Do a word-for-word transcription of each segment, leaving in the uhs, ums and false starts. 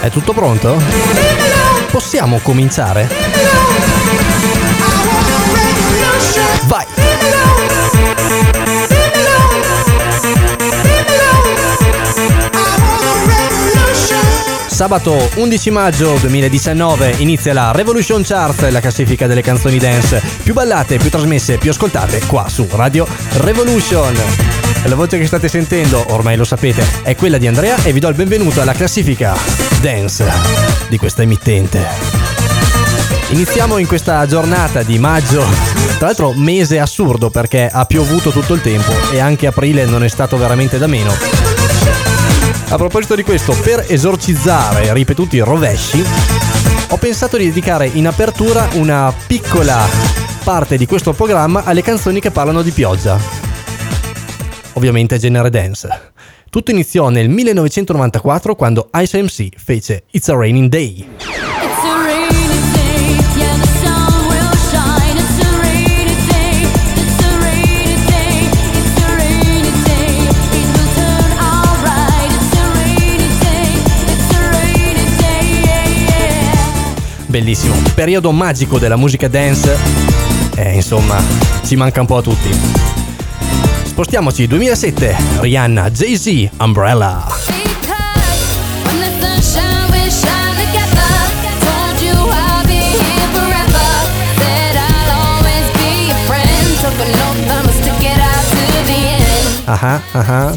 È tutto pronto? Possiamo cominciare? Vai! Sabato undici maggio duemiladiciannove inizia la Revolution Chart, la classifica delle canzoni dance più ballate, più trasmesse, più ascoltate qua su Radio Revolution. La voce che state sentendo, ormai lo sapete, è quella di Andrea e vi do il benvenuto alla classifica dance di questa emittente. Iniziamo in questa giornata di maggio, tra l'altro mese assurdo perché ha piovuto tutto il tempo e anche aprile non è stato veramente da meno. A proposito di questo, per esorcizzare ripetuti rovesci, ho pensato di dedicare in apertura una piccola parte di questo programma alle canzoni che parlano di pioggia. Ovviamente genere dance. Tutto iniziò nel millenovecentonovantaquattro quando Ice M C fece It's a Raining Day. Bellissimo, periodo magico della musica dance. E insomma, ci manca un po' a tutti. Spostiamoci, duemilasette, Rihanna, Jay-Z, Umbrella. Ah ah ah.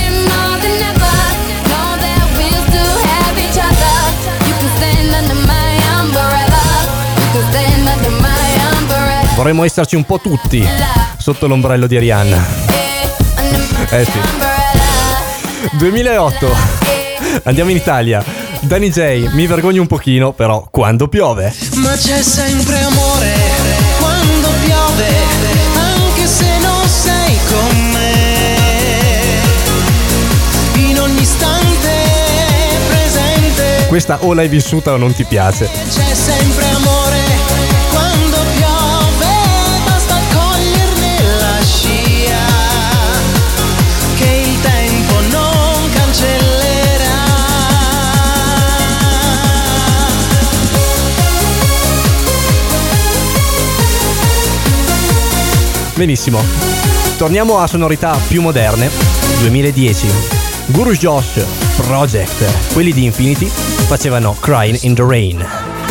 Vorremmo esserci un po' tutti sotto l'ombrello di Rihanna. Eh sì. duemilaotto. Andiamo in Italia. Danny J, mi vergogno un pochino, però quando piove. Ma c'è sempre amore quando piove, anche se non sei con me. In ogni istante presente. Questa o l'hai vissuta o non ti piace. C'è sempre amore quando piove, basta coglierne la scia, che il tempo non cancellerà. Benissimo. Torniamo a sonorità più moderne. duemiladieci. Guru Josh, Project, quelli di Infinity, facevano Crying in the Rain.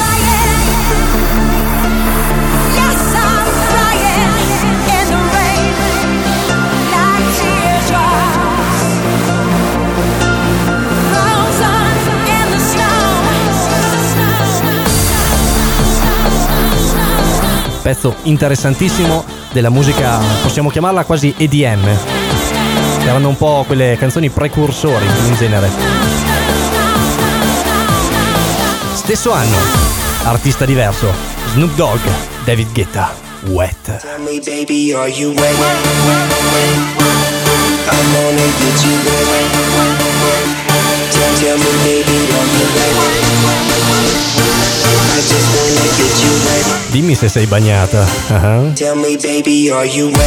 Pezzo interessantissimo della musica, possiamo chiamarla quasi E D M. Erano un po' quelle canzoni precursori in genere. Stesso anno, artista diverso, Snoop Dogg, David Guetta, Wet. Tell me baby, are you wet? I'm gonna get you wet. Tell, tell me baby, are you wet? I just wanna get you wet. Dimmi se sei bagnata. Uh-huh. Tell me baby, are you wet?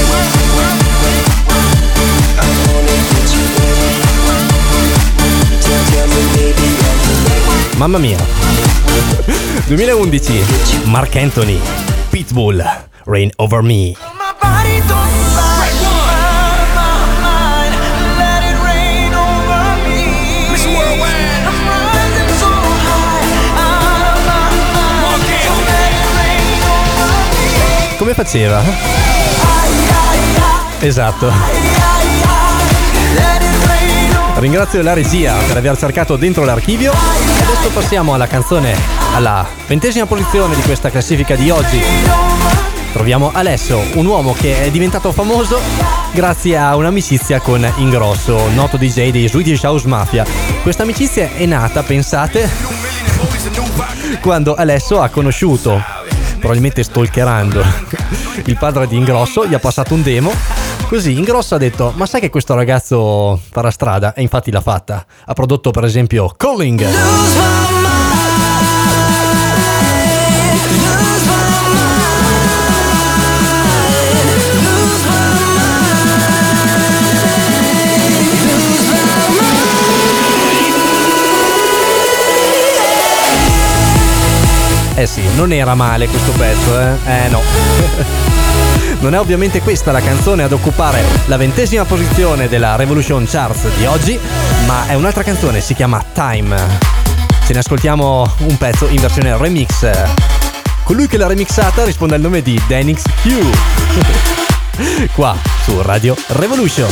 Mamma mia. duemilaundici, Mark Anthony, Pitbull, Rain Over Me. Come faceva? Esatto. Ringrazio la regia per aver cercato dentro l'archivio. E adesso passiamo alla canzone, alla ventesima posizione di questa classifica di oggi. Troviamo Alesso, un uomo che è diventato famoso grazie a un'amicizia con Ingrosso, noto D J dei Swedish House Mafia. Questa amicizia è nata, pensate, quando Alesso ha conosciuto, probabilmente stalkerando, il padre di Ingrosso, gli ha passato un demo. Così Ingrosso ha detto: ma sai che questo ragazzo farà strada? E infatti l'ha fatta. Ha prodotto per esempio Calling. Eh sì, non era male questo pezzo, eh? Eh no. Non è ovviamente questa la canzone ad occupare la ventesima posizione della Revolution Charts di oggi, ma è un'altra canzone, si chiama Time. Ce ne ascoltiamo un pezzo in versione remix. Colui che l'ha remixata risponde al nome di Denix Q. Qua su Radio Revolution.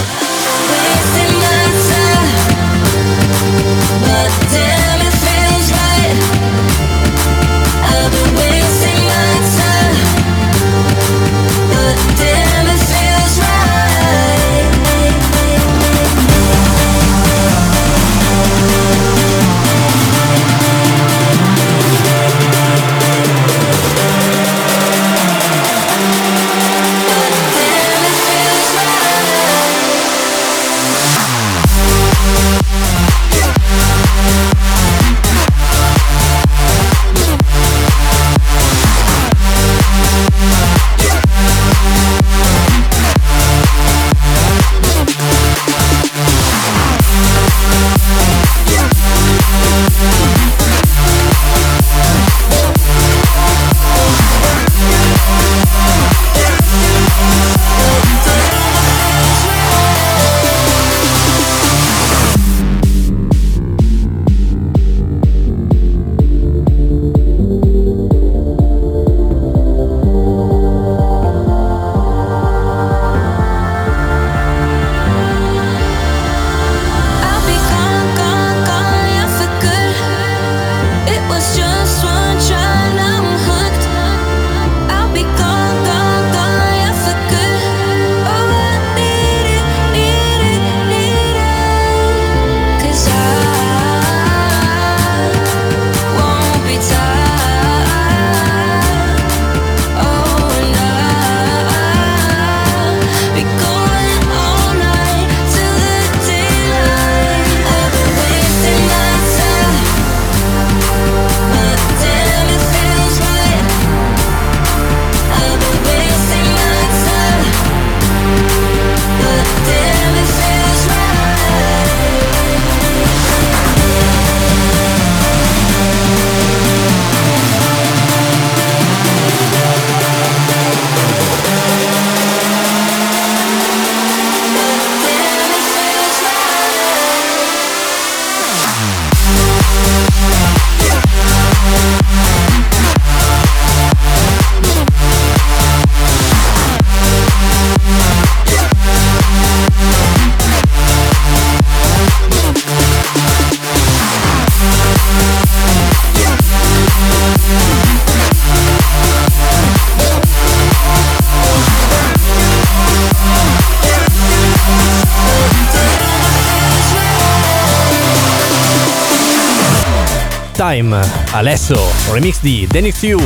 Time, Alesso, remix di Denix U.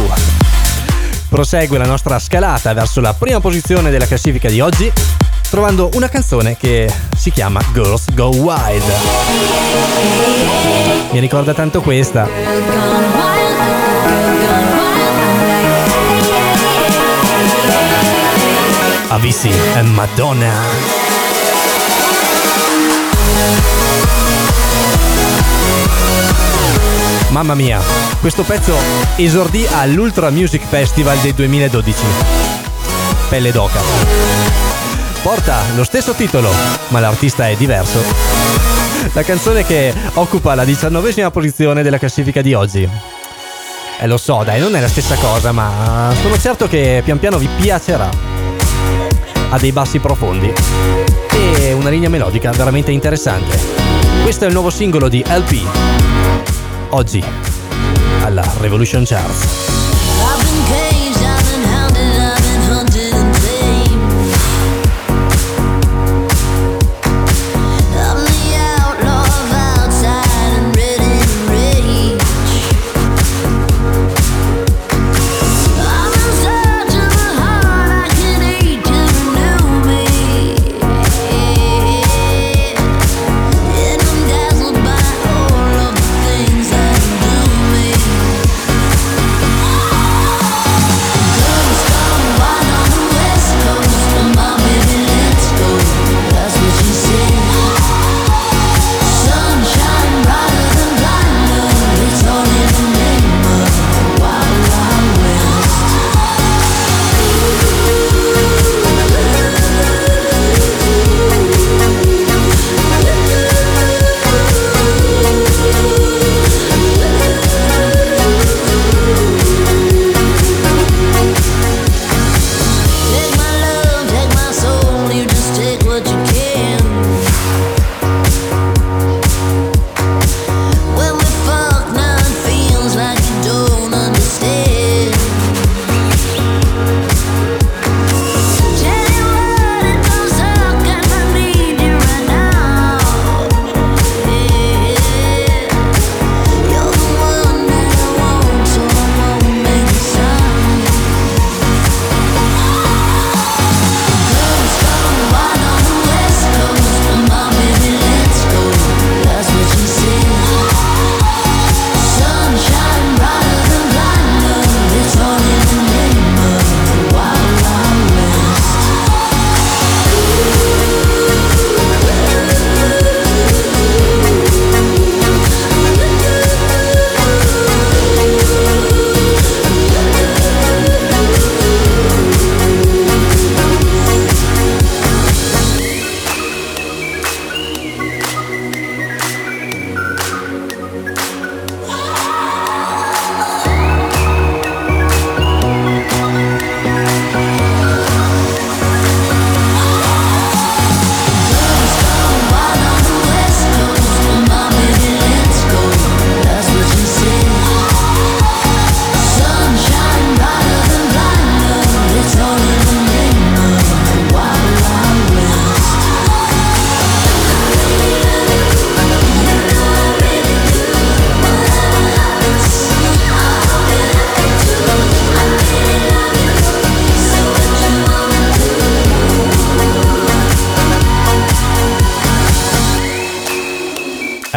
Prosegue la nostra scalata verso la prima posizione della classifica di oggi, trovando una canzone che si chiama Girls Go Wild. Mi ricorda tanto questa. Avicii e Madonna. Mamma mia, questo pezzo esordì all'Ultra Music Festival del duemiladodici. Pelle d'oca. Porta lo stesso titolo, ma l'artista è diverso. La canzone che occupa la diciannovesima posizione della classifica di oggi. E lo so, dai, non è la stessa cosa, ma sono certo che pian piano vi piacerà. Ha dei bassi profondi e una linea melodica veramente interessante. Questo è il nuovo singolo di L P. Oggi alla Revolution Charts. Things that do me.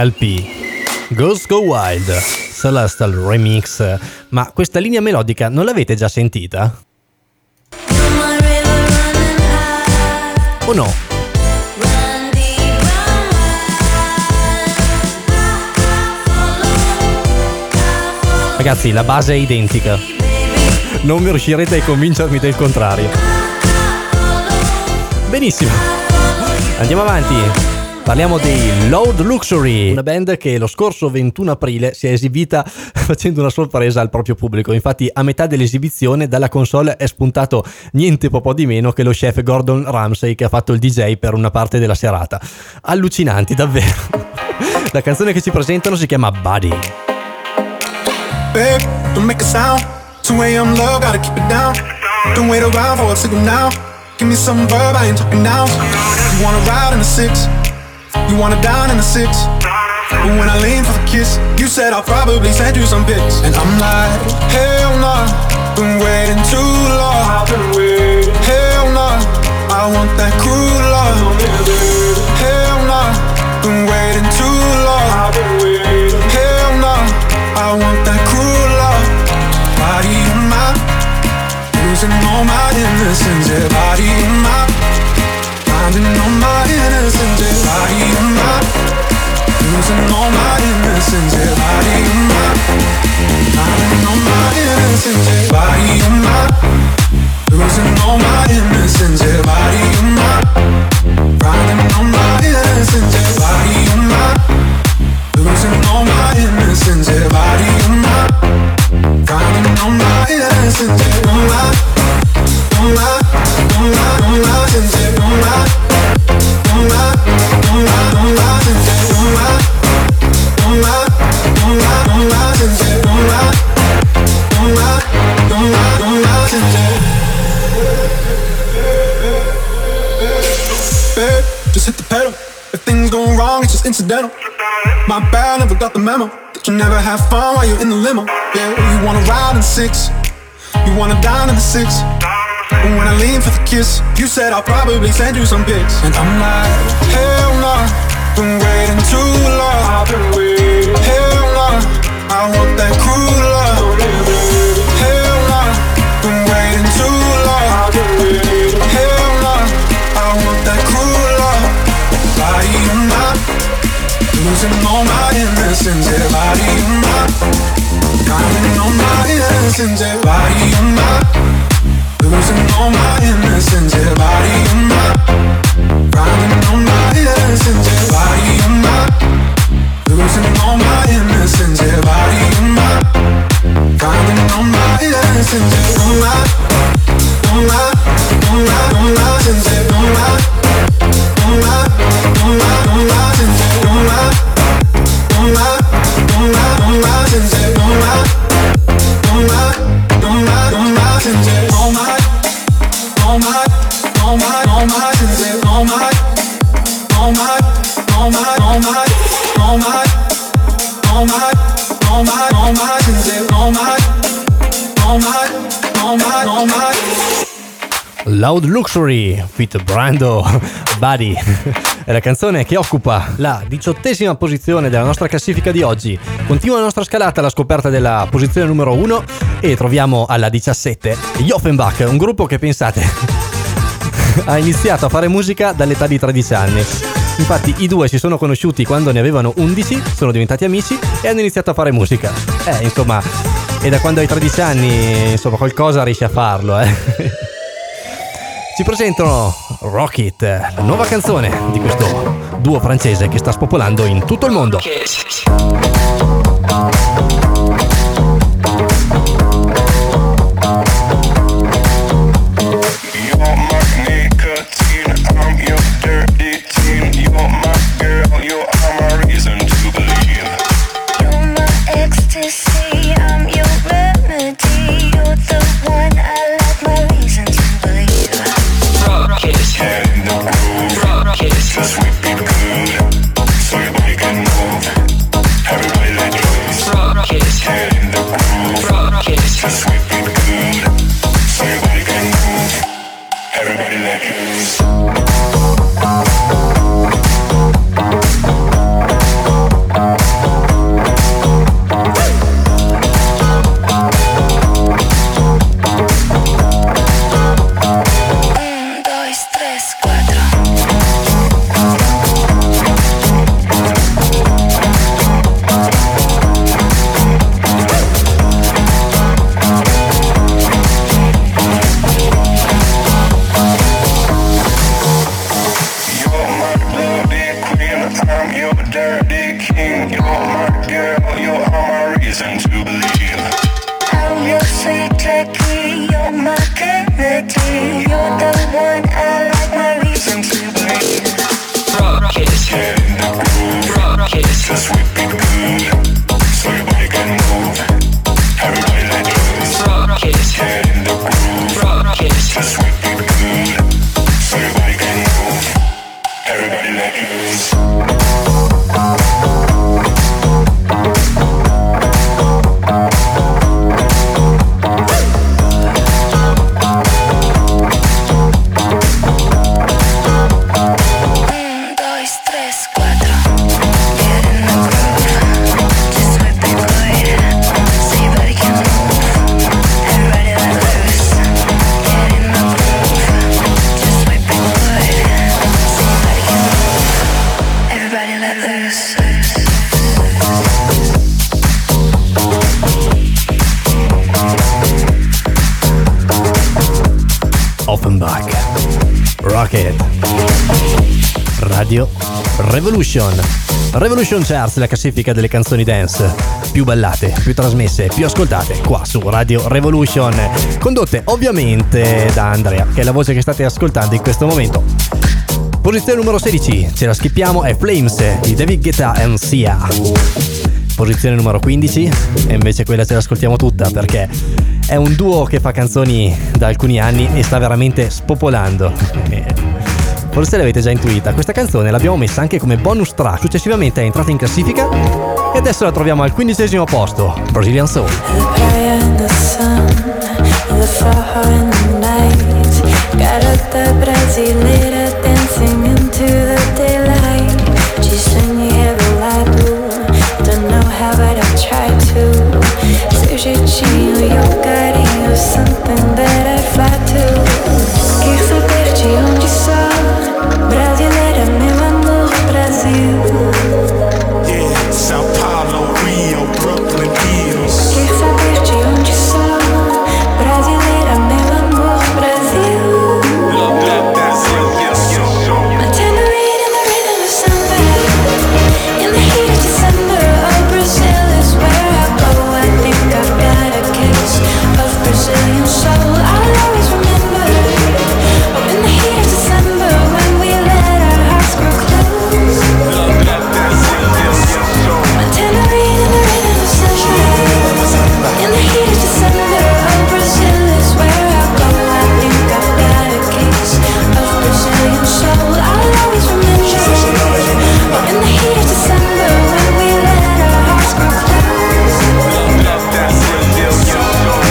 L P. Ghost Go Wild, Celestial Remix. Ma questa linea melodica non l'avete già sentita? O no? Ragazzi, la base è identica. Non riuscirete a convincermi del contrario. Benissimo. Andiamo avanti. Parliamo dei Loud Luxury, una band che lo scorso ventuno aprile si è esibita facendo una sorpresa al proprio pubblico. Infatti a metà dell'esibizione dalla console è spuntato niente po' di meno che lo chef Gordon Ramsay, che ha fatto il D J per una parte della serata. Allucinanti, davvero. La canzone che ci presentano si chiama Buddy. Babe, don't make a sound. two a.m. love, gotta keep it down. Don't wait around for a signal now. Give me some verb, I ain't talking now. You wanna ride in the six, you wanna dine in the six. But when I lean for the kiss, you said I'll probably send you some pics. And I'm like, hell nah, been waiting too long. Hell nah, I want that cruel love. Hell nah, been waiting too long. Hell nah, I want that cruel love. Body on my, losing all my innocence. Yeah, body on my, finding all my innocence. Yeah, body on my, losing all my innocence. Yeah, body on my, finding all my innocence. Yeah, body on my, losing all my innocence. Yeah, body on my, finding all my innocence. Yeah, body on my, losing all my innocence. Yeah, body on my, finding all my innocence. Yeah, don't lie, don't lie, don't lie, don't lie, since yeah, don't lie, don't lie, don't lie, don't lie, since yeah, don't lie, don't lie, don't lie, don't lie, since yeah, don't lie, don't lie, don't lie, don't lie, since yeah. Babe, just hit the pedal. If things go wrong, it's just incidental. My bad, never got the memo that you never have fun while you're in the limo. Yeah, you wanna ride in six, you wanna dine in the six. But when I lean for the kiss, you said I'll probably send you some pics. And I'm like, hell nah, been waiting too long. Hell nah, I want that cruel love. Hell nah, been waiting too long. Hell nah, I want that cruel love. Body on my, losing all my innocence. Yeah, body on my, counting all my innocence. Yeah, body on my, losing all my innocence. Yeah, body on my, counting all my innocence. Yeah, body on my, losing all my innocence. Yeah, body on my, counting all my innocence. Yeah, don't lie, don't lie, don't lie, don't lie, since yeah, don't lie, don't lie, don't lie, don't lie, since yeah, don't lie, don't lie, don't lie, don't lie, since yeah, don't lie, don't lie, don't lie, don't lie, since yeah, don't lie, don't lie, don't lie, don't lie, since yeah, don't lie, don't lie, don't lie, don't lie, don't lie, don't lie, don't lie, don't lie, since yeah, don't lie, don't lie, don't lie, don't lie. Loud Luxury with Brando, Buddy. È la canzone che occupa la diciottesima posizione della nostra classifica di oggi. Continua la nostra scalata alla scoperta della posizione numero uno e troviamo alla diciassette gli Offenbach, un gruppo che, pensate, ha iniziato a fare musica dall'età di tredici anni. Infatti i due si sono conosciuti quando ne avevano undici, sono diventati amici e hanno iniziato a fare musica. Eh, insomma, e da quando hai tredici anni, insomma, qualcosa riesci a farlo, eh. Ci presentano Rocket, la nuova canzone di questo duo francese che sta spopolando in tutto il mondo. Cause we be good, so your body can move. Everybody you're my remedy. You're the one I like my reason to believe. Rock it, head in the groove. Rock it, just whip it good, so your body can move. Everybody let loose. Rock it, head in the groove. Rock it, just whip it good, so your body can move. Everybody let loose. Offenbach, Rocket, Radio Revolution. Revolution Charts, la classifica delle canzoni dance più ballate, più trasmesse, più ascoltate qua su Radio Revolution, condotte ovviamente da Andrea, che è la voce che state ascoltando in questo momento. Posizione numero sedici, ce la skippiamo, è Flames di David Guetta and Sia. Posizione numero quindici, e invece quella ce l'ascoltiamo tutta perché è un duo che fa canzoni da alcuni anni e sta veramente spopolando. Forse l'avete già intuita, questa canzone l'abbiamo messa anche come bonus track, successivamente è entrata in classifica e adesso la troviamo al quindicesimo posto, Brazilian Soul. Jeitinho e o carinho, something that I fly to. Quer saber de onde sou? Brasileira, meu amor, Brasil. Yeah, São Paulo, Rio, Brooklyn, Hills. Quer saber de onde sou? Brasileira, meu amor, Brasil. Love that, that's it, yes, yo. My tambourine in the rhythm of samba. In the heat of December, oh, Brazil is where I go. I think I've got a case of Brazilian soul. I'll always remember. Oh, in the heat of December, when we let our hearts grow close. Love that, that's it, yes, yo. My tambourine in the rhythm of samba. In the heat of December, oh, Brazil is where I go. I think I've got a case of Brazilian soul. I'll always remember. Oh, in the heat of December, when we let our hearts grow close. Love that, that's it, yes, yo.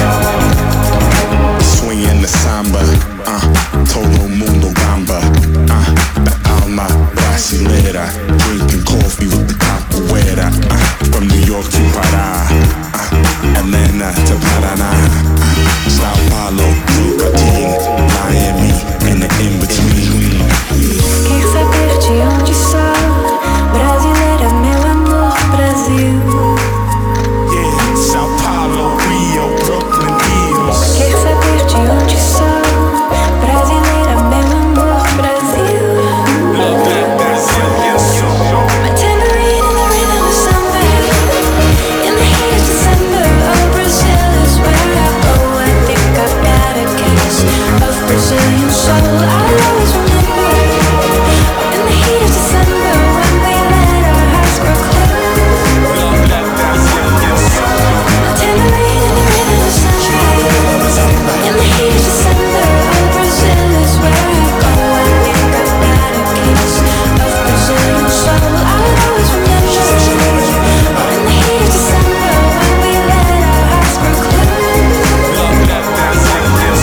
Swinging the samba, uh, todo mundo gamba, uh, the alma brasileira, drinking coffee with the capoeira, uh, from New York to Pará, uh, Atlanta to Paraná, uh, Sao Paulo to Beijing, Miami, and the in-between. Quer saber de onde sou? Brasileira, meu amor, Brasil. Yeah, Sao Paulo, Rio, Brooklyn, Hills. Quer saber de onde sou? Brasileira, meu amor, Brasil. Love that, that's it, yes, yo. My tambourine in the rhythm of samba. In the heat of December, oh, Brazil is where I go. I think I've got a case of Brazilian soul. I'll always remember. Oh, in the heat of December, when we let our hearts grow close. Love that, that's it, yes, yo. My tambourine in the rhythm of samba. In the heat of December, oh, Brazil is where I go. I think I've got a case of Brazilian soul. I'll always remember. Oh, in the heat of December, when we let our hearts grow close. Love that, that's it, yes,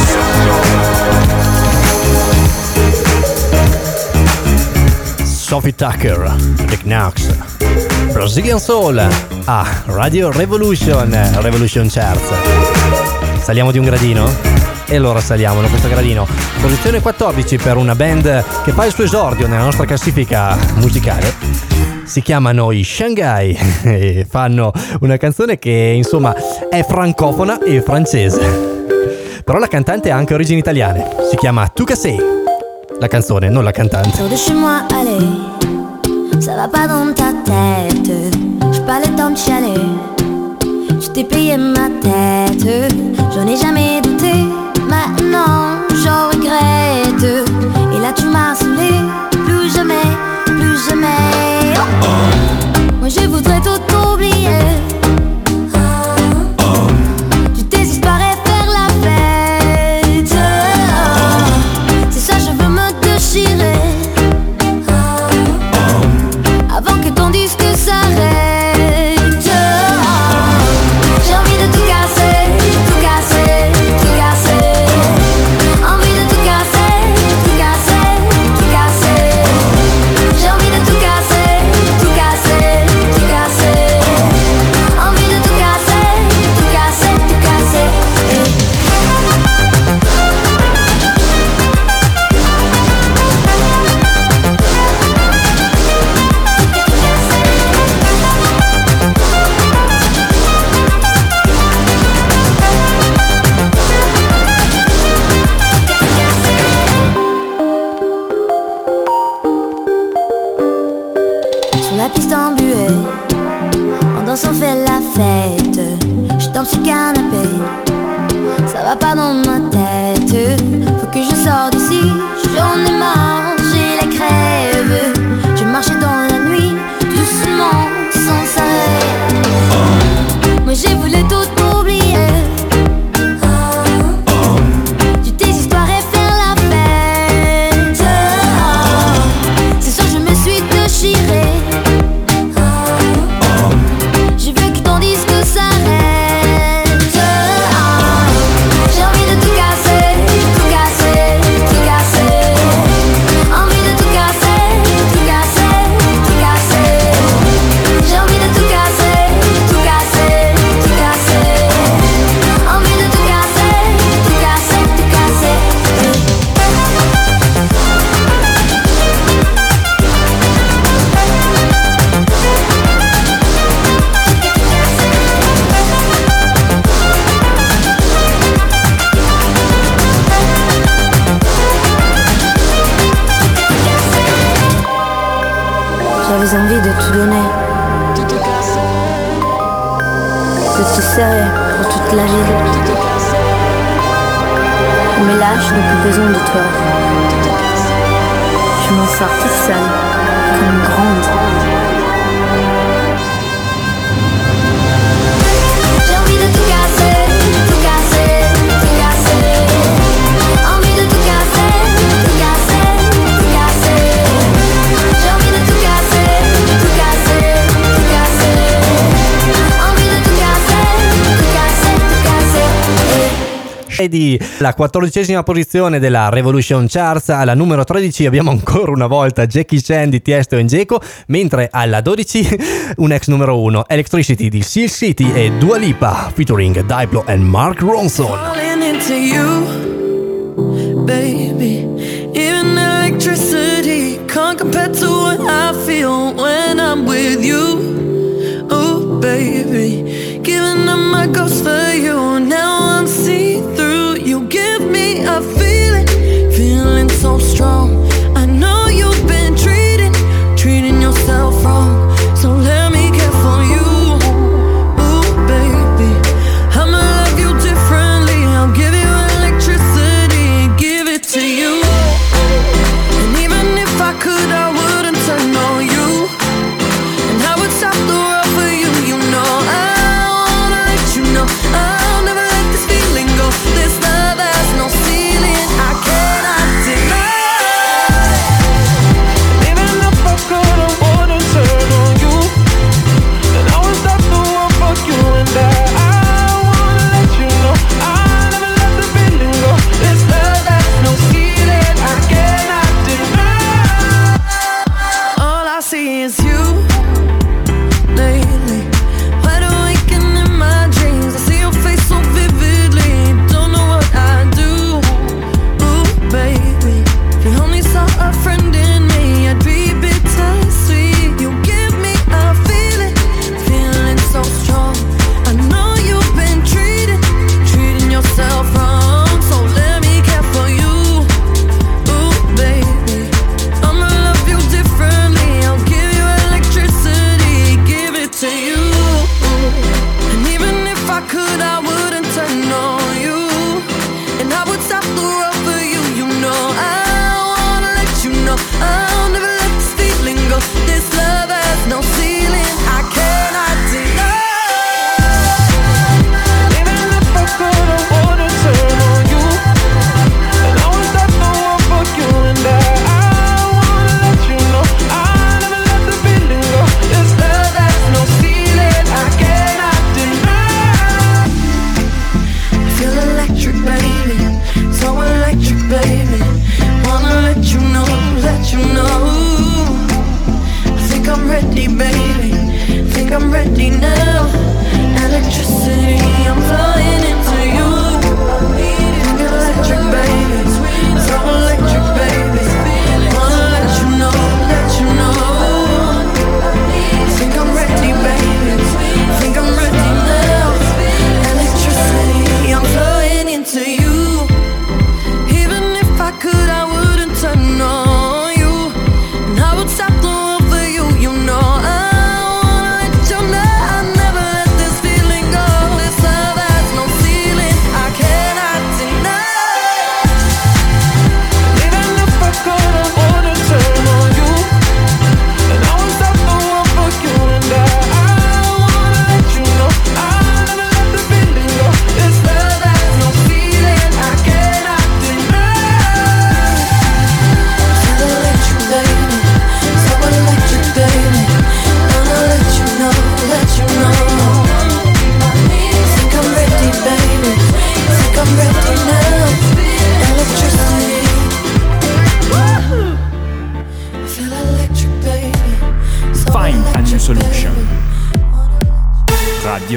yo. Sophie Tucker, Rick Knox, Brazilian Soul a Radio Revolution, Revolution Charts. Saliamo di un gradino? E allora saliamo da questo gradino. Posizione quattordici per una band che fa il suo esordio nella nostra classifica musicale. Si chiamano i Shanghai e fanno una canzone che insomma è francofona e francese. Però la cantante ha anche origini italiane. Si chiama Tukasei. La canzone, non la cantante. Sors de chez moi, allez, ça va pas dans ta tête. J'ai pas le temps de chialer. Je t'ai payé ma tête, j'en ai jamais douté. Ma maintenant j'en regrette. Et là tu m'as saoulé, plus jamais, plus jamais. Oh, oh. Moi je voudrais tout oublier. Oh, oh. Tu désespères et faire la fête. Oh, c'est ça, je veux me déchirer. Oh, oh. Avant que ton disque s'arrête. On fait la fête, je danse sur le canapé, ça va pas dans ma tête. Faut que je sorte d'ici, j'en ai marre, j'ai la crève. Je marchais dans la nuit, doucement, sans s'arrêt. Oh. Moi j'ai voulu tout oublier. Oh. Oh. Du désespoir et faire la fête. Oh. C'est ça, je me suis déchirée. J'avais envie de tout donner, de te serrer pour toute la vie. Mais là, je n'ai plus besoin de toi. Je m'en sors toute seule, comme une grande. J'ai envie de tout casser, tout casser, tout casser. Envie de tout casser, tout casser, tout casser. J'ai envie de tout casser, tout casser, tout casser. Envie de tout casser, tout casser, tout casser. E di la quattordicesima posizione della Revolution Charts. Alla numero tredici abbiamo ancora una volta Jackie Chan di Tiesto e Dzeko, mentre alla dodici un ex numero uno, Electricity di Seal City e Dua Lipa featuring Diplo and Mark Ronson. Baby, even electricity can't compare to what I feel when I'm with you. Oh baby, giving up my ghost for you. Now I'm see-through. You give me a feeling, feeling so strong. I know you've been treating, treating yourself wrong. So let me care for you. Oh baby, I'ma love you differently. I'll give you electricity, give it to you. And even if I could, I wouldn't turn on you. And I would stop the world for you. You know I wanna let you know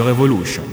Revolution.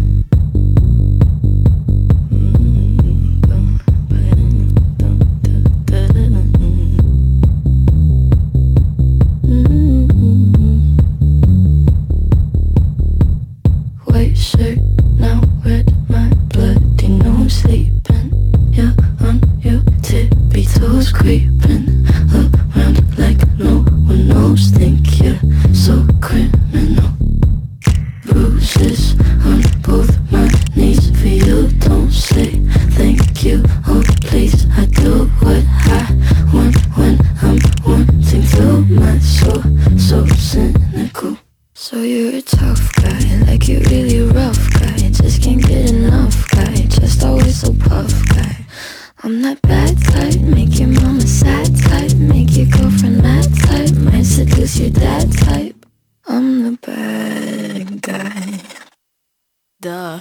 White shirt now red, my bloody nose sleeping. You're on your tippy toes, creeping around like no one knows. Think you're so criminal. Bruises on both my knees for you. Don't say thank you, oh please. I do what I want when I'm wanting to. My soul so cynical. So you're a tough guy, like you're really rough guy. Just can't get enough guy, just always so puff guy. I'm that bad type, make your mama sad type, make your girlfriend mad type, might seduce your dad type. I'm the bad guy. Duh.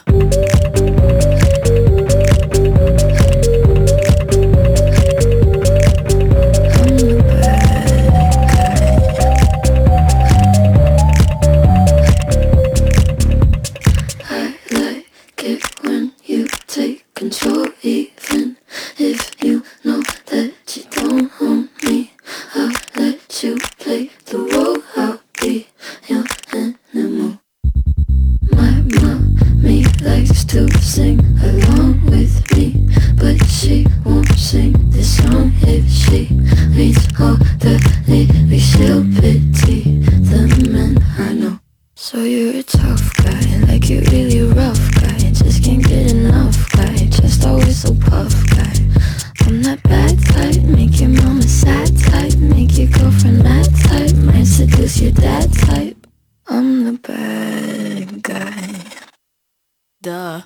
Control, even if you know that you don't own me. I'll let you play the role. I'll be your animal. My mommy likes to sing along with me, but she won't sing this song if she reads all the lyrics. She'll pity the men I know. So you're a tough guy, like you're really rough guy. Just can't get enough guy, just always so puff guy. I'm that bad type, make your mama sad type, make your girlfriend mad type, might seduce your dad type. I'm the bad guy. Duh.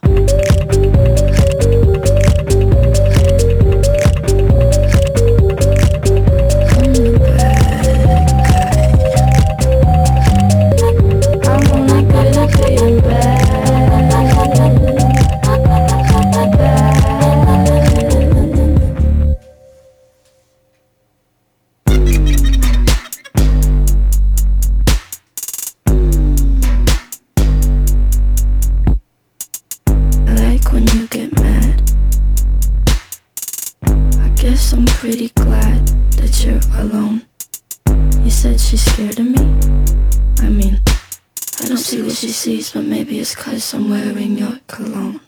I'm pretty glad that you're alone. You said she's scared of me. I mean, I don't see what she sees, but maybe it's 'cause I'm wearing your cologne.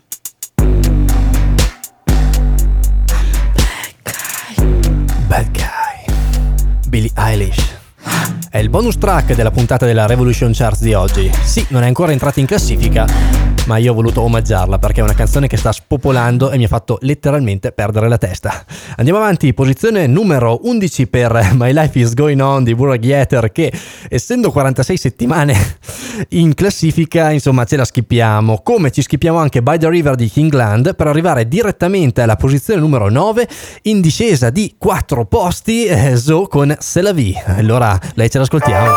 Bad Guy, Billie Eilish. È il bonus track della puntata della Revolution Charts di oggi. Sì, non è ancora entrata in classifica, ma io ho voluto omaggiarla perché è una canzone che sta spopolando e mi ha fatto letteralmente perdere la testa. Andiamo avanti, posizione numero undici per My Life Is Going On di Burra Gieter, che essendo quarantasei settimane in classifica, insomma, ce la skippiamo, come ci skippiamo anche By the River di Kingland per arrivare direttamente alla posizione numero nove, in discesa di quattro posti, eh, Zo con C'est la vie. Allora, lei ce l'ascoltiamo.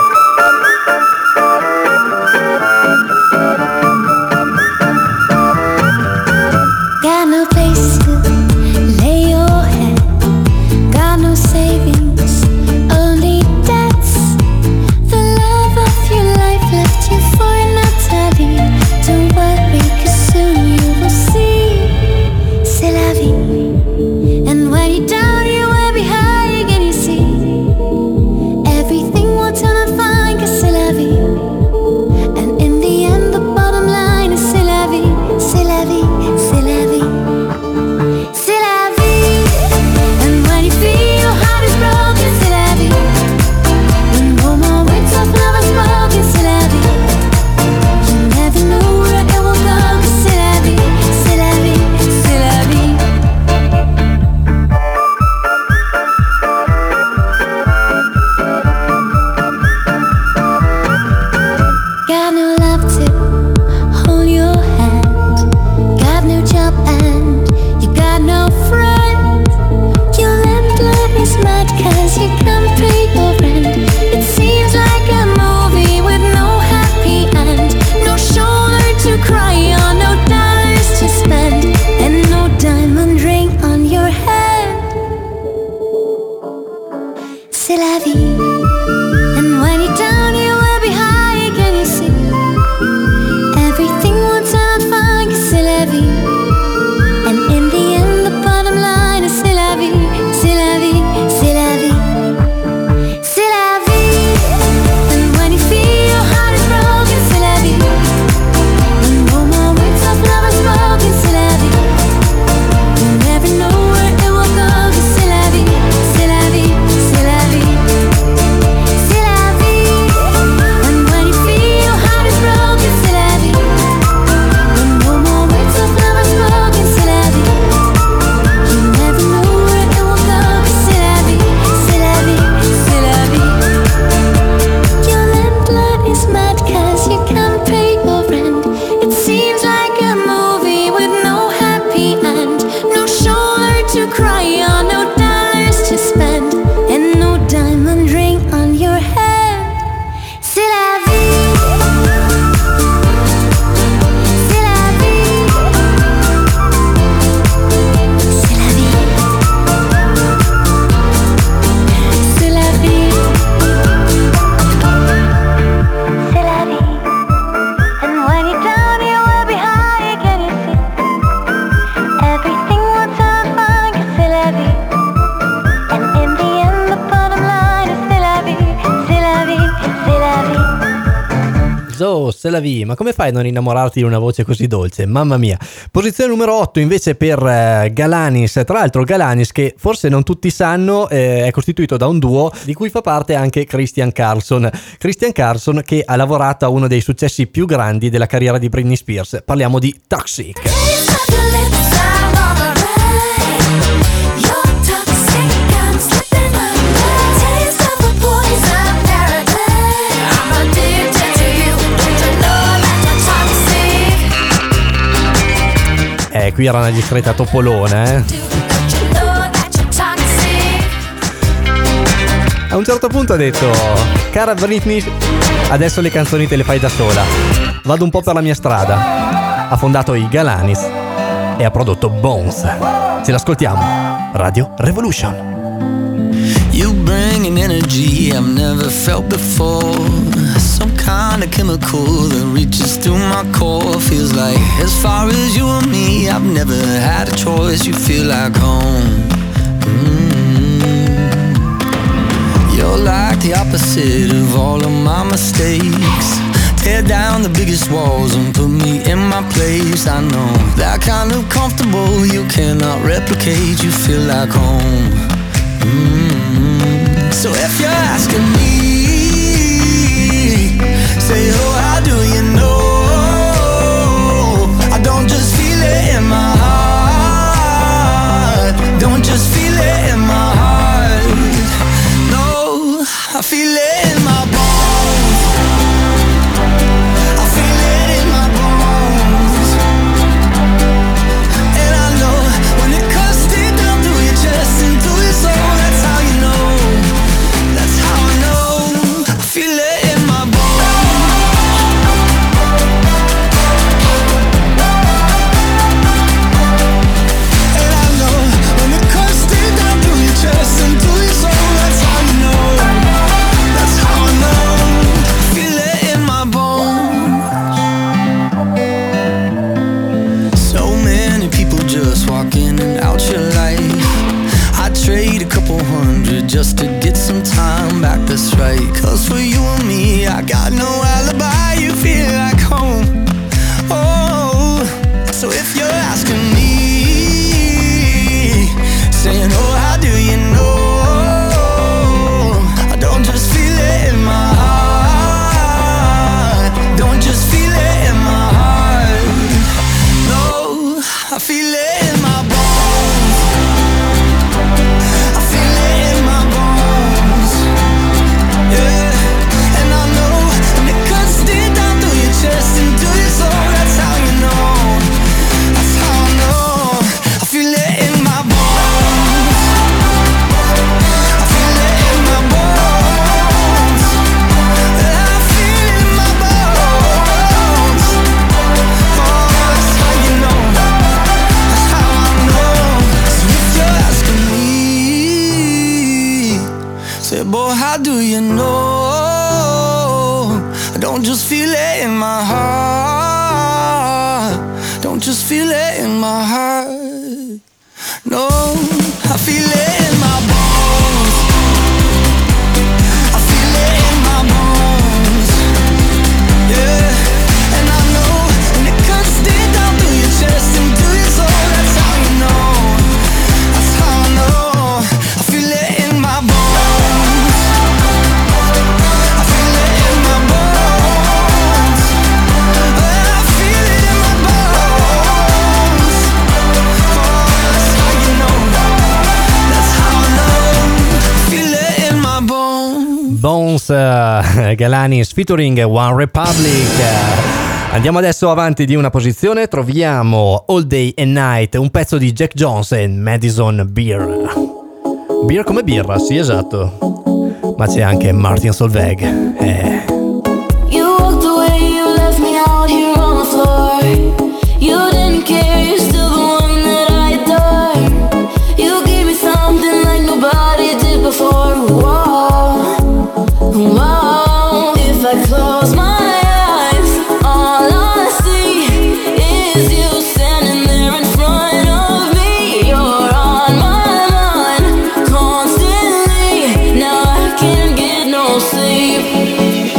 Got no place to lay your head, got no savings, only debts. The love of your life left you for Natalie. Don't worry, 'cause soon you will see, c'est la vie. And when you're down, you will be high again, you see. Everything will turn on fire. c'est la vie. Ma come fai a non innamorarti di una voce così dolce? Mamma mia. Posizione numero otto invece per eh, Galanis. Tra l'altro Galanis, che forse non tutti sanno, eh, è costituito da un duo di cui fa parte anche Christian Carlson. Christian Carlson che ha lavorato a uno dei successi più grandi della carriera di Britney Spears. Parliamo di Toxic. Eh, qui era una discreta topolona, eh. A un certo punto ha detto: cara Britney, adesso le canzoni te le fai da sola, vado un po' per la mia strada. Ha fondato i Galanis e ha prodotto Bones. Ce l'ascoltiamo. Radio Revolution. You bring an energy I've never felt before. Some kind of chemical that reaches through my core. Feels like as far as you and me, I've never had a choice. You feel like home. Mm-hmm. You're like the opposite of all of my mistakes. Tear down the biggest walls and put me in my place. I know that kind of comfortable you cannot replicate. You feel like home. Mm-hmm. So if you're asking me, say, oh, how do you know? I don't just feel it in my heart. Don't just feel it in my heart. No, I feel it in my bones. I feel it in my bones. And I know when it cuts deep down through your chest and through your soul, that's how you know. That's how I know. I feel it in my bones. And I know when it cuts deep down through your chest and through your soul, that's how you know. That's how I know. Feel it in my bones. So many people just walk in and out your life. I'd trade a couple hundred just to get some time back, that's right. Cause for you and me, I got no alibi. You feel like home. Oh, so if you're asking me, saying, oh, how do you know? I don't just feel it in my heart. Don't just feel it in my heart. No, I feel it in my bones. I feel it in my bones. Yeah, and I know when it cuts deep down through your chest and through your soul, that's how you know. That's how I know. I feel it in my bones. I feel it in my bones. I feel it in my bones. Oh, that's how you know. That's how I know. So if you're asking me, say, boy, how do you know? I don't just feel it in my heart. Don't just feel it in my heart. No, I feel it in my bones. I feel it in my bones. Yeah, and I know when it cuts deep down through your chest and through your soul, that's how you know. That's how I know. I feel it in my bones. I feel it in my bones. I feel it in my bones. Oh, that's how you know. That's how I know. Feel it in my bones. Bones, uh, Galanis featuring One Republic. Andiamo adesso avanti di una posizione, troviamo All Day and Night, un pezzo di Jack Jones e Madison Beer. Beer come birra, sì, esatto. Ma c'è anche Martin Solveig. Eh. You walked away, you left me out here on the floor. You didn't care, you're still the one that I adore. You gave me something like nobody did before. Whoa, whoa. If I close my eyes, all I see is you standing there in front of me. You're on my mind constantly. Now I can't get no sleep.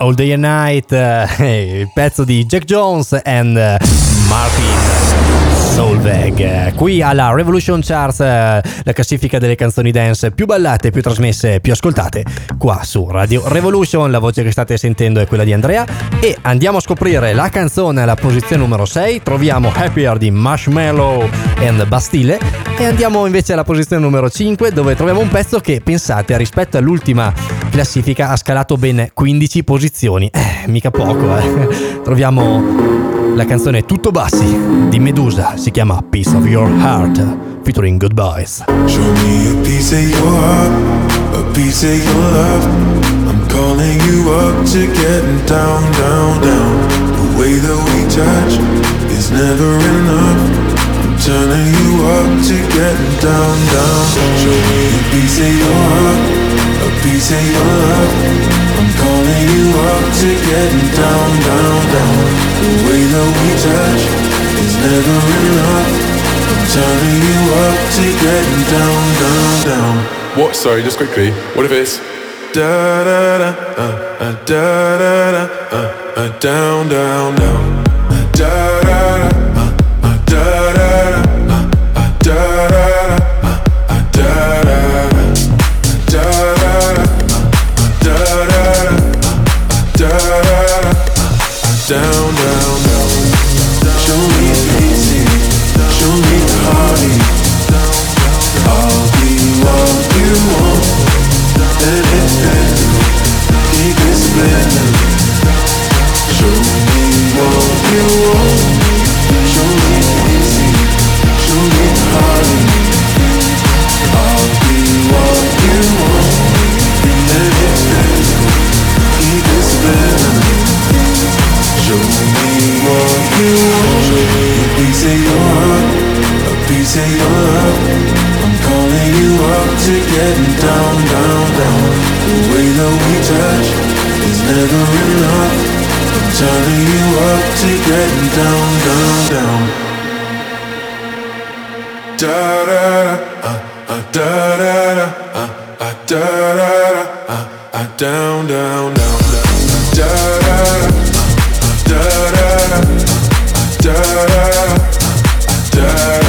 All Day and Night, eh, il pezzo di Jack Jones and Martin Solveig, qui alla Revolution Charts, eh, la classifica delle canzoni dance più ballate, più trasmesse, più ascoltate qua su Radio Revolution. La voce che state sentendo è quella di Andrea e andiamo a scoprire la canzone alla posizione numero sei. Troviamo Happier di Marshmello and Bastille e andiamo invece alla posizione numero cinque, dove troviamo un pezzo che, pensate, rispetto all'ultima classifica ha scalato ben quindici posizioni, eh, mica poco, eh. Troviamo la canzone Tutto Bassi di Medusa, si chiama Piece of Your Heart featuring Goodbyes. Show me a piece of your heart, a piece of your love. I'm calling you up to getting down, down, down. The way that we touch is never enough. I'm turning you up to getting down, down. Show me a piece of your heart, a piece of your love. I'm calling you up to getting down, down, down. The way that we touch is never enough. I'm turning you up to getting down, down, down. What? Sorry, just quickly. What if it's da da da uh, uh, da da da uh, uh, down, down, down. Uh, da da da uh, uh, da da da uh, uh, da da da uh, uh, da da da. Down, down, down. Show me easy, show me the heartache. I'll be what you want, and it's physical. Keep it splendid. Show me what you want. Show me easy, show me the heartache. I'll be what you want, and it's physical. Keep it splendid. Show me what you want. Show me a piece of your heart, a piece of your love. I'm calling you up to getting down, down, down. The way that we touch is never enough. I'm turning you up to getting down, down, down. Da da da, uh, uh, da da da, uh, uh, da da da, uh, uh, down, down, down, da da da. Da da da da da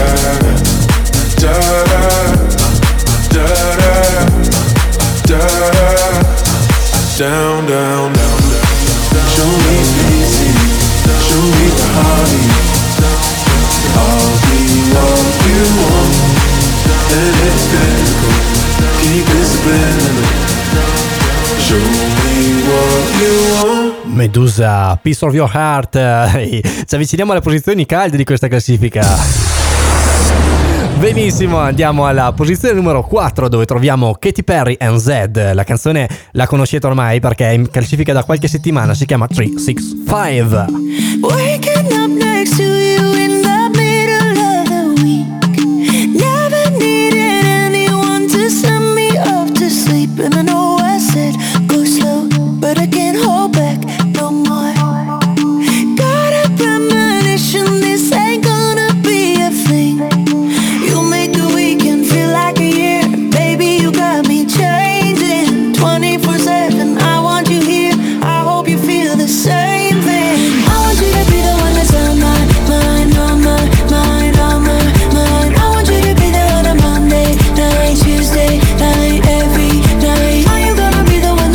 da da da. Down, down, down. Show me easy, show me the heartache. I'll be what you want, and it's physical. Keep it splendid. Show me what you want. Medusa, Piece of Your Heart. Ci avviciniamo alle posizioni calde di questa classifica. Benissimo, andiamo alla posizione numero quattro, dove troviamo Katy Perry and Zed. La canzone la conoscete ormai perché è in classifica da qualche settimana, si chiama tre sei cinque. Waking up next to you in the middle of the week. Never needed anyone to send me off to sleep. And I know I said go slow, but I can't hold back no more. Got a premonition, this ain't gonna be a thing. You make the weekend feel like a year. Baby, you got me changing twenty-four seven, I want you here. I hope you feel the same thing. I want you to be the one that's on my mind, on my mind, on my mind. I want you to be there on a Monday night, Tuesday night, every night. Are you gonna be the one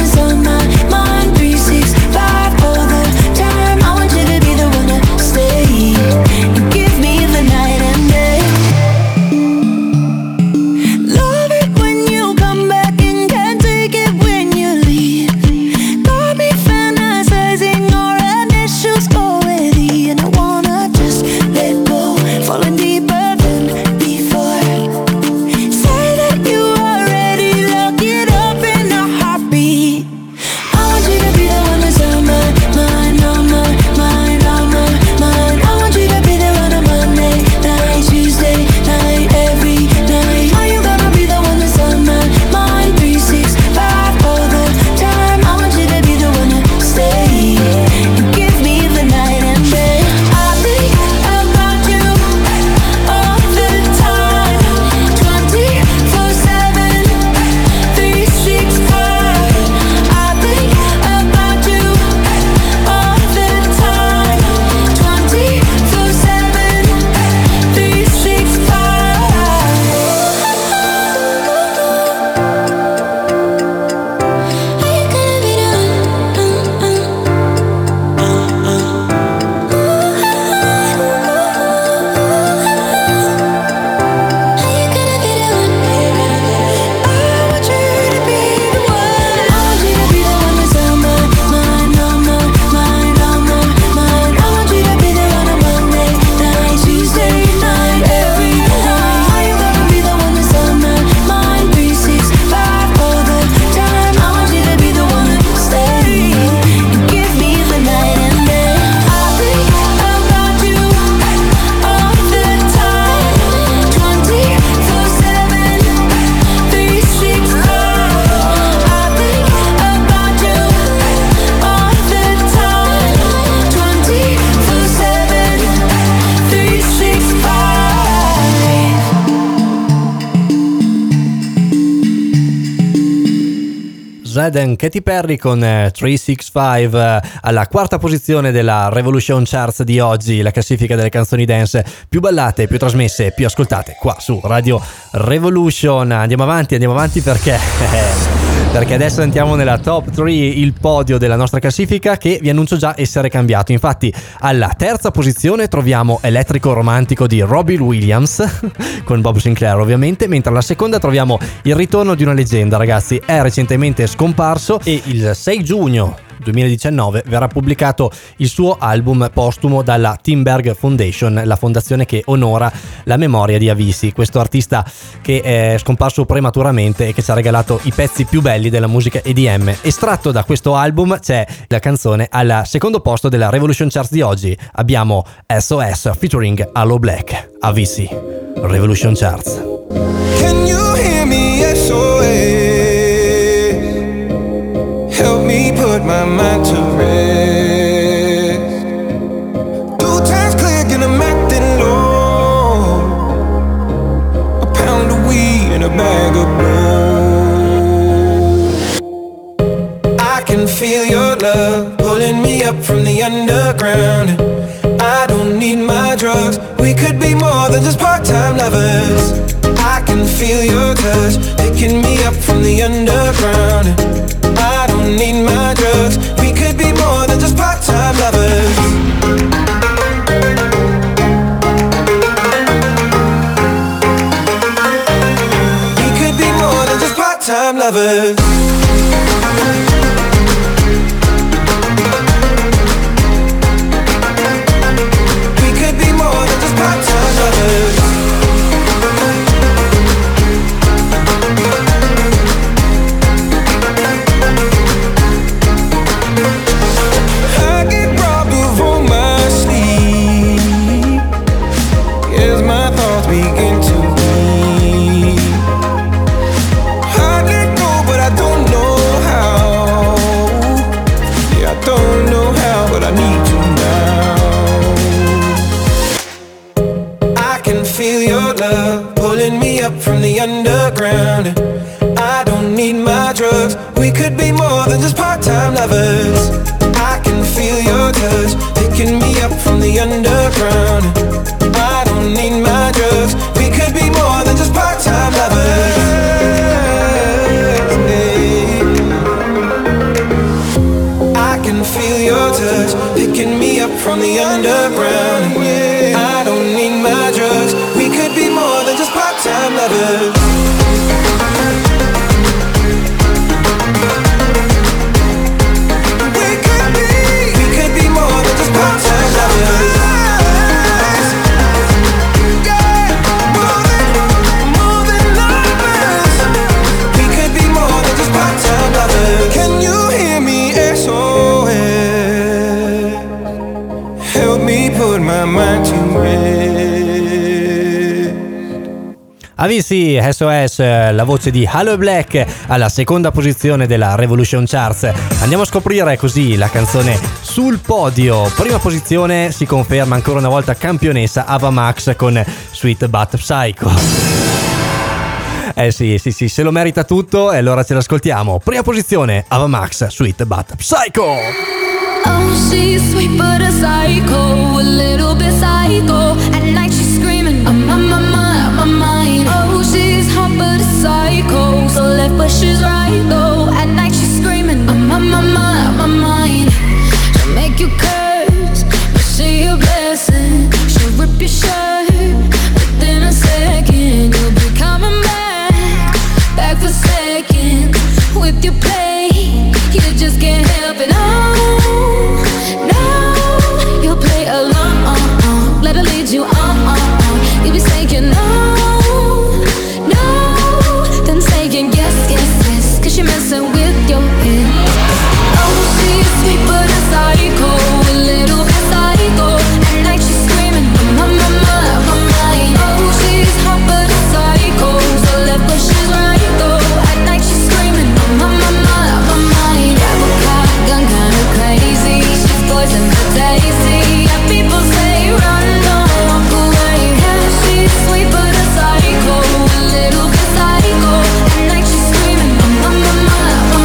Zed and Katy Perry con eh, tre sei cinque eh, alla quarta posizione della Revolution Charts di oggi, la classifica delle canzoni dance più ballate, più trasmesse, più ascoltate qua su Radio Revolution. Andiamo avanti, andiamo avanti perché perché adesso entriamo nella top tre, il podio della nostra classifica che vi annuncio già essere cambiato. Infatti alla terza posizione troviamo Elettrico Romantico di Robbie Williams con Bob Sinclair ovviamente, mentre alla seconda troviamo il ritorno di una leggenda, ragazzi, è recentemente scomparso e il sei giugno duemiladiciannove verrà pubblicato il suo album postumo dalla Timberg Foundation, la fondazione che onora la memoria di Avicii, questo artista che è scomparso prematuramente e che ci ha regalato i pezzi più belli della musica E D M. Estratto da questo album c'è la canzone al secondo posto della Revolution Charts di oggi. Abbiamo S O S featuring Aloe Black, Avicii, Revolution Charts. Can you hear me? S O S. Help me put my mind to rest. Two times click and I'm acting low. A pound of weed and a bag of gold. I can feel your love pulling me up from the underground. I don't need my drugs. We could be more than just part-time lovers. I can feel your touch picking me up from the underground. I don't need my drugs. We could be more than just part-time lovers. We could be more than just part-time lovers. We could be more than just part-time lovers. From the underground, I don't need my drugs. We could be more than just part-time lovers. I can feel your touch picking me up from the underground. I don't need my drugs. We could be more than just part-time lovers. I can feel your touch picking me up from the underground. I don't need my drugs. We could be more than just part-time lovers. We could be, we could be more than just part-time lovers. Yeah, more than, more than lovers. We could be more than just part-time lovers. Can you hear me? S O S. Help me put my mind to rest. Avicii, S O S, la voce di Aloe Black alla seconda posizione della Revolution Charts. Andiamo a scoprire così la canzone sul podio. Prima posizione si conferma ancora una volta campionessa Ava Max con Sweet But Psycho. Eh sì, sì, sì, se lo merita tutto e allora ce l'ascoltiamo. Prima posizione, Ava Max, Sweet But Psycho. Oh, she's sweet but a psycho, a little bit psycho. At night she's screaming, I'm on my mind, my mind. Oh, she's hot but a psycho, so left but she's right though. At night she's screaming, I'm on my mind, my mind. She'll make you curse, but she a blessing. She'll rip your shirt within a second. You'll be coming back, back for seconds with your play. You just can't help it. Oh, you'll play along, let her lead you on. You'll be saying no, no, then saying yes, yes, yes, cause you're messing with your head. Oh, she's sweet but a psycho, a little bit psycho. At night she's screaming, my, my, my, my mind. Oh, she's hot but a psycho, so left but she's right though. At night she's screaming, my, my, my, my mind. Grab a car, gun kinda crazy, she's poison but tasty. Yeah, people say run, don't walk away. Yeah, she's sweet but a psycho, a little bit psycho. At night she's screaming, my, my, my, my, my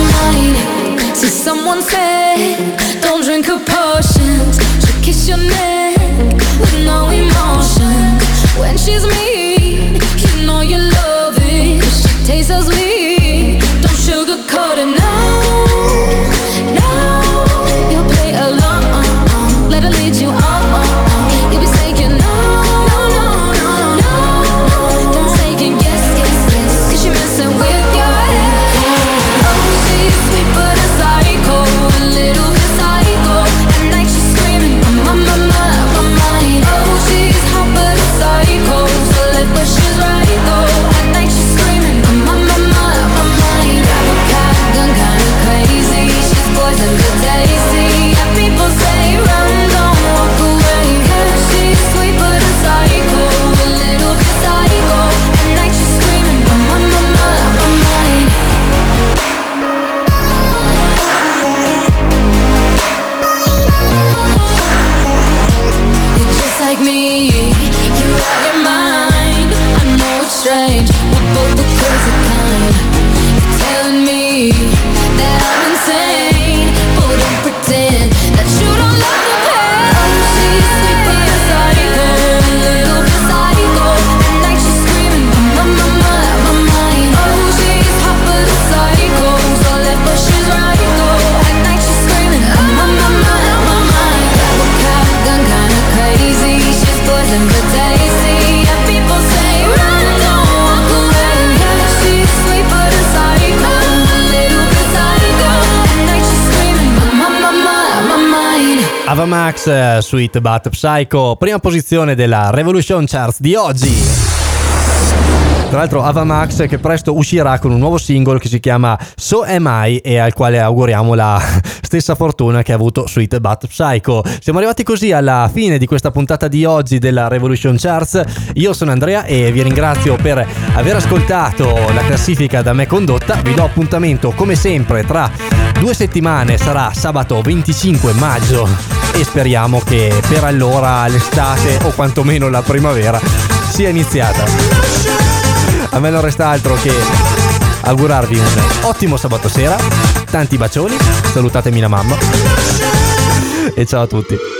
Ava Max, Sweet But Psycho, prima posizione della Revolution Charts di oggi. Tra l'altro Ava Max che presto uscirà con un nuovo singolo che si chiama So Am I e al quale auguriamo la stessa fortuna che ha avuto Sweet But Psycho. Siamo arrivati così alla fine di questa puntata di oggi della Revolution Charts. Io sono Andrea e vi ringrazio per aver ascoltato la classifica da me condotta. Vi do appuntamento come sempre tra due settimane, sarà sabato venticinque maggio e speriamo che per allora l'estate o quantomeno la primavera sia iniziata. A me non resta altro che augurarvi un ottimo sabato sera, tanti bacioni, salutatemi la mamma e ciao a tutti.